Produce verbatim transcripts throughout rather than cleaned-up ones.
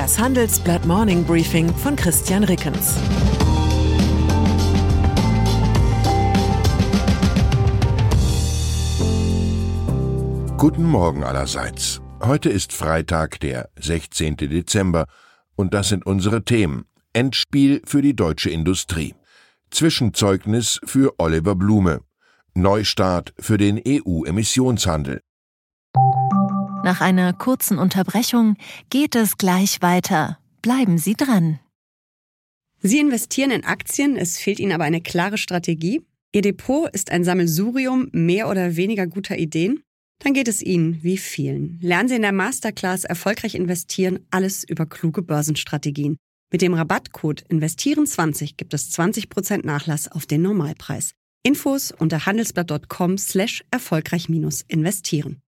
Das Handelsblatt Morning Briefing von Christian Rickens. Guten Morgen allerseits. Heute ist Freitag, der sechzehnten Dezember, und das sind unsere Themen. Endspiel für die deutsche Industrie. Zwischenzeugnis für Oliver Blume. Neustart für den E U-Emissionshandel. Nach einer kurzen Unterbrechung geht es gleich weiter. Bleiben Sie dran. Sie investieren in Aktien, es fehlt Ihnen aber eine klare Strategie. Ihr Depot ist ein Sammelsurium mehr oder weniger guter Ideen. Dann geht es Ihnen wie vielen. Lernen Sie in der Masterclass Erfolgreich investieren, alles über kluge Börsenstrategien. Mit dem Rabattcode investieren zwanzig gibt es zwanzig Prozent Nachlass auf den Normalpreis. Infos unter handelsblatt punkt com slash erfolgreich minus investieren.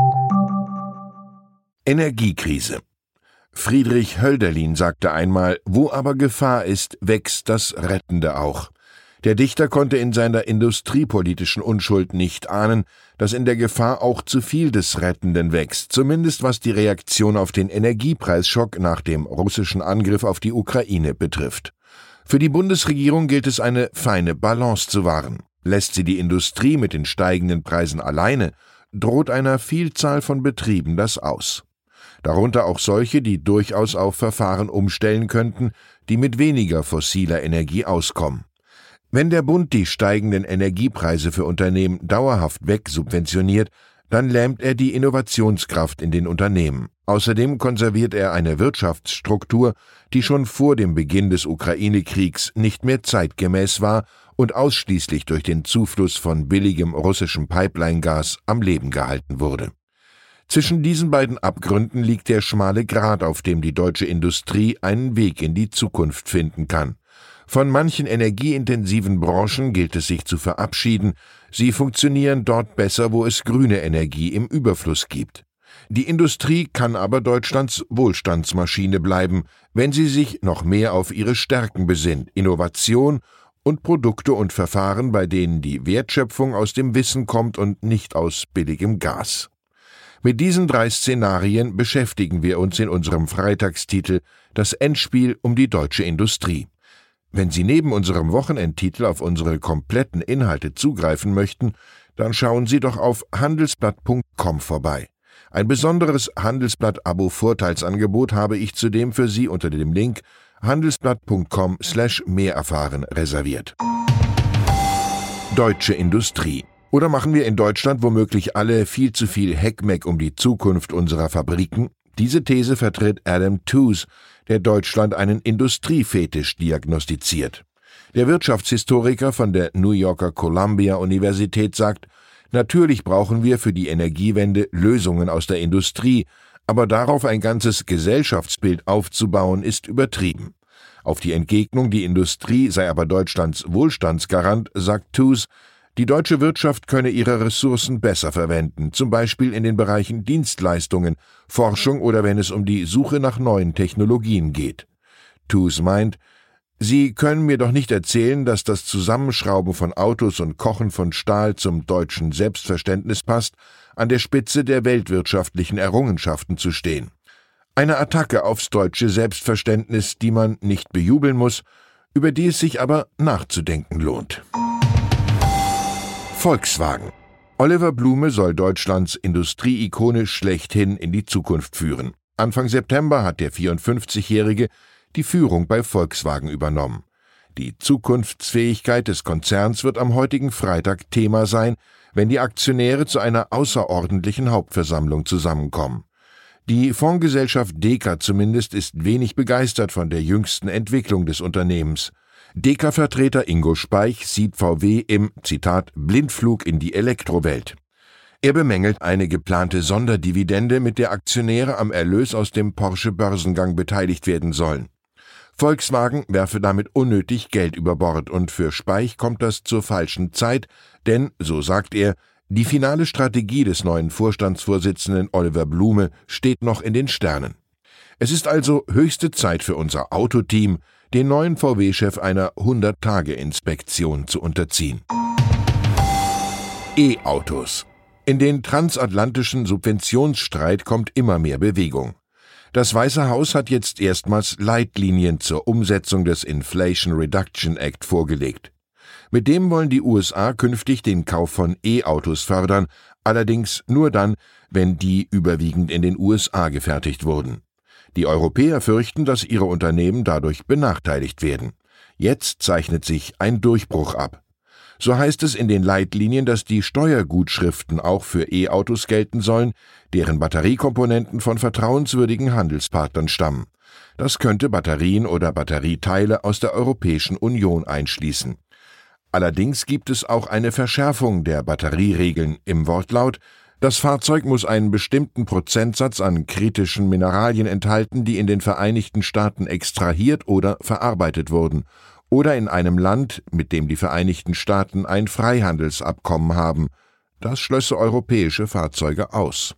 Energiekrise. Friedrich Hölderlin sagte einmal, wo aber Gefahr ist, wächst das Rettende auch. Der Dichter konnte in seiner industriepolitischen Unschuld nicht ahnen, dass in der Gefahr auch zu viel des Rettenden wächst, zumindest was die Reaktion auf den Energiepreisschock nach dem russischen Angriff auf die Ukraine betrifft. Für die Bundesregierung gilt es, eine feine Balance zu wahren. Lässt sie die Industrie mit den steigenden Preisen alleine, droht einer Vielzahl von Betrieben das aus. Darunter auch solche, die durchaus auf Verfahren umstellen könnten, die mit weniger fossiler Energie auskommen. Wenn der Bund die steigenden Energiepreise für Unternehmen dauerhaft wegsubventioniert, dann lähmt er die Innovationskraft in den Unternehmen. Außerdem konserviert er eine Wirtschaftsstruktur, die schon vor dem Beginn des Ukraine-Kriegs nicht mehr zeitgemäß war und ausschließlich durch den Zufluss von billigem russischem Pipeline-Gas am Leben gehalten wurde. Zwischen diesen beiden Abgründen liegt der schmale Grat, auf dem die deutsche Industrie einen Weg in die Zukunft finden kann. Von manchen energieintensiven Branchen gilt es sich zu verabschieden. Sie funktionieren dort besser, wo es grüne Energie im Überfluss gibt. Die Industrie kann aber Deutschlands Wohlstandsmaschine bleiben, wenn sie sich noch mehr auf ihre Stärken besinnt: Innovation und Produkte und Verfahren, bei denen die Wertschöpfung aus dem Wissen kommt und nicht aus billigem Gas. Mit diesen drei Szenarien beschäftigen wir uns in unserem Freitagstitel Das Endspiel um die deutsche Industrie. Wenn Sie neben unserem Wochenendtitel auf unsere kompletten Inhalte zugreifen möchten, dann schauen Sie doch auf handelsblatt punkt com vorbei. Ein besonderes Handelsblatt-Abo-Vorteilsangebot habe ich zudem für Sie unter dem Link handelsblatt punkt com slash mehr erfahren reserviert. Deutsche Industrie. Oder machen wir in Deutschland womöglich alle viel zu viel Heckmeck um die Zukunft unserer Fabriken? Diese These vertritt Adam Tooze, der Deutschland einen Industriefetisch diagnostiziert. Der Wirtschaftshistoriker von der New Yorker Columbia Universität sagt, natürlich brauchen wir für die Energiewende Lösungen aus der Industrie, aber darauf ein ganzes Gesellschaftsbild aufzubauen, ist übertrieben. Auf die Entgegnung, die Industrie sei aber Deutschlands Wohlstandsgarant, sagt Tooze, die deutsche Wirtschaft könne ihre Ressourcen besser verwenden, zum Beispiel in den Bereichen Dienstleistungen, Forschung oder wenn es um die Suche nach neuen Technologien geht. Tooze meint, Sie können mir doch nicht erzählen, dass das Zusammenschrauben von Autos und Kochen von Stahl zum deutschen Selbstverständnis passt, an der Spitze der weltwirtschaftlichen Errungenschaften zu stehen. Eine Attacke aufs deutsche Selbstverständnis, die man nicht bejubeln muss, über die es sich aber nachzudenken lohnt. Volkswagen. Oliver Blume soll Deutschlands Industrieikone schlechthin in die Zukunft führen. Anfang September hat der vierundfünfzigjährige die Führung bei Volkswagen übernommen. Die Zukunftsfähigkeit des Konzerns wird am heutigen Freitag Thema sein, wenn die Aktionäre zu einer außerordentlichen Hauptversammlung zusammenkommen. Die Fondsgesellschaft Deka zumindest ist wenig begeistert von der jüngsten Entwicklung des Unternehmens. Deka-Vertreter Ingo Speich sieht V W im, Zitat, Blindflug in die Elektrowelt. Er bemängelt eine geplante Sonderdividende, mit der Aktionäre am Erlös aus dem Porsche-Börsengang beteiligt werden sollen. Volkswagen werfe damit unnötig Geld über Bord und für Speich kommt das zur falschen Zeit, denn, so sagt er, die finale Strategie des neuen Vorstandsvorsitzenden Oliver Blume steht noch in den Sternen. Es ist also höchste Zeit für unser Autoteam, den neuen V W-Chef einer hundert-Tage-Inspektion zu unterziehen. E-Autos. In den transatlantischen Subventionsstreit kommt immer mehr Bewegung. Das Weiße Haus hat jetzt erstmals Leitlinien zur Umsetzung des Inflation Reduction Act vorgelegt. Mit dem wollen die U S A künftig den Kauf von E-Autos fördern, allerdings nur dann, wenn die überwiegend in den U S A gefertigt wurden. Die Europäer fürchten, dass ihre Unternehmen dadurch benachteiligt werden. Jetzt zeichnet sich ein Durchbruch ab. So heißt es in den Leitlinien, dass die Steuergutschriften auch für E-Autos gelten sollen, deren Batteriekomponenten von vertrauenswürdigen Handelspartnern stammen. Das könnte Batterien oder Batterieteile aus der Europäischen Union einschließen. Allerdings gibt es auch eine Verschärfung der Batterieregeln im Wortlaut: Das Fahrzeug muss einen bestimmten Prozentsatz an kritischen Mineralien enthalten, die in den Vereinigten Staaten extrahiert oder verarbeitet wurden, oder in einem Land, mit dem die Vereinigten Staaten ein Freihandelsabkommen haben. Das schlösse europäische Fahrzeuge aus.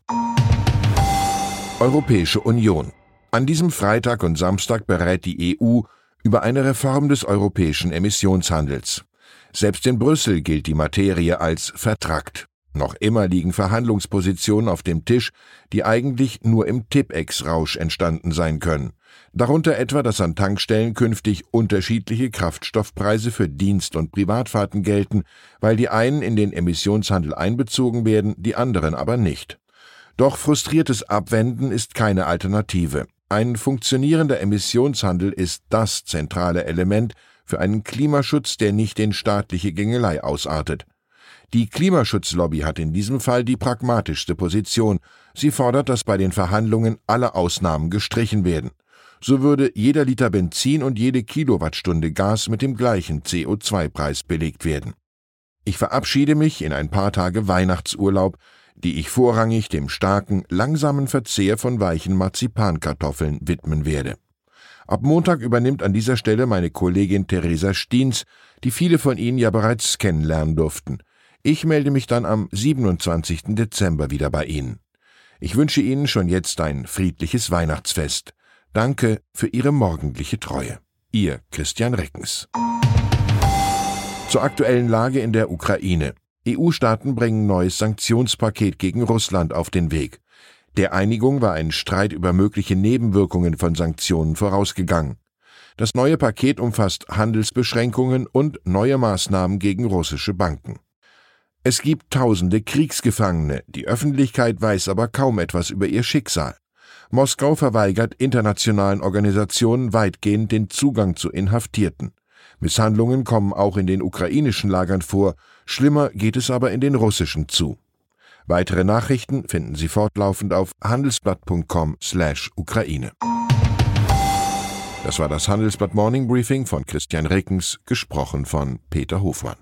Europäische Union. An diesem Freitag und Samstag berät die E U über eine Reform des europäischen Emissionshandels. Selbst in Brüssel gilt die Materie als vertrackt. Noch immer liegen Verhandlungspositionen auf dem Tisch, die eigentlich nur im Tipp-Ex-Rausch entstanden sein können. Darunter etwa, dass an Tankstellen künftig unterschiedliche Kraftstoffpreise für Dienst- und Privatfahrten gelten, weil die einen in den Emissionshandel einbezogen werden, die anderen aber nicht. Doch frustriertes Abwenden ist keine Alternative. Ein funktionierender Emissionshandel ist das zentrale Element für einen Klimaschutz, der nicht in staatliche Gängelei ausartet. Die Klimaschutzlobby hat in diesem Fall die pragmatischste Position. Sie fordert, dass bei den Verhandlungen alle Ausnahmen gestrichen werden. So würde jeder Liter Benzin und jede Kilowattstunde Gas mit dem gleichen C O zwei Preis belegt werden. Ich verabschiede mich in ein paar Tage Weihnachtsurlaub, die ich vorrangig dem starken, langsamen Verzehr von weichen Marzipankartoffeln widmen werde. Ab Montag übernimmt an dieser Stelle meine Kollegin Theresa Stiens, die viele von Ihnen ja bereits kennenlernen durften. Ich melde mich dann am siebenundzwanzigsten Dezember wieder bei Ihnen. Ich wünsche Ihnen schon jetzt ein friedliches Weihnachtsfest. Danke für Ihre morgendliche Treue. Ihr Christian Rickens. Zur aktuellen Lage in der Ukraine. E U-Staaten bringen neues Sanktionspaket gegen Russland auf den Weg. Der Einigung war ein Streit über mögliche Nebenwirkungen von Sanktionen vorausgegangen. Das neue Paket umfasst Handelsbeschränkungen und neue Maßnahmen gegen russische Banken. Es gibt tausende Kriegsgefangene, die Öffentlichkeit weiß aber kaum etwas über ihr Schicksal. Moskau verweigert internationalen Organisationen weitgehend den Zugang zu Inhaftierten. Misshandlungen kommen auch in den ukrainischen Lagern vor, schlimmer geht es aber in den russischen zu. Weitere Nachrichten finden Sie fortlaufend auf handelsblatt punkt com slash Ukraine. Das war das Handelsblatt Morning Briefing von Christian Rickens, gesprochen von Peter Hofmann.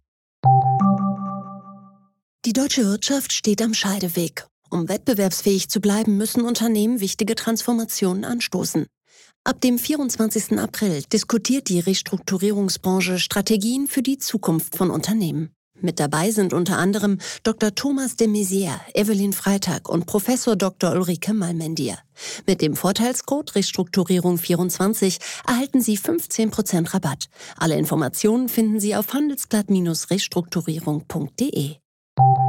Die deutsche Wirtschaft steht am Scheideweg. Um wettbewerbsfähig zu bleiben, müssen Unternehmen wichtige Transformationen anstoßen. Ab dem vierundzwanzigsten April diskutiert die Restrukturierungsbranche Strategien für die Zukunft von Unternehmen. Mit dabei sind unter anderem Doktor Thomas de Maizière, Evelyn Freitag und Professor Doktor Ulrike Malmendier. Mit dem Vorteilscode Restrukturierung vierundzwanzig erhalten Sie fünfzehn Prozent Rabatt. Alle Informationen finden Sie auf handelsblatt Bindestrich restrukturierung punkt de.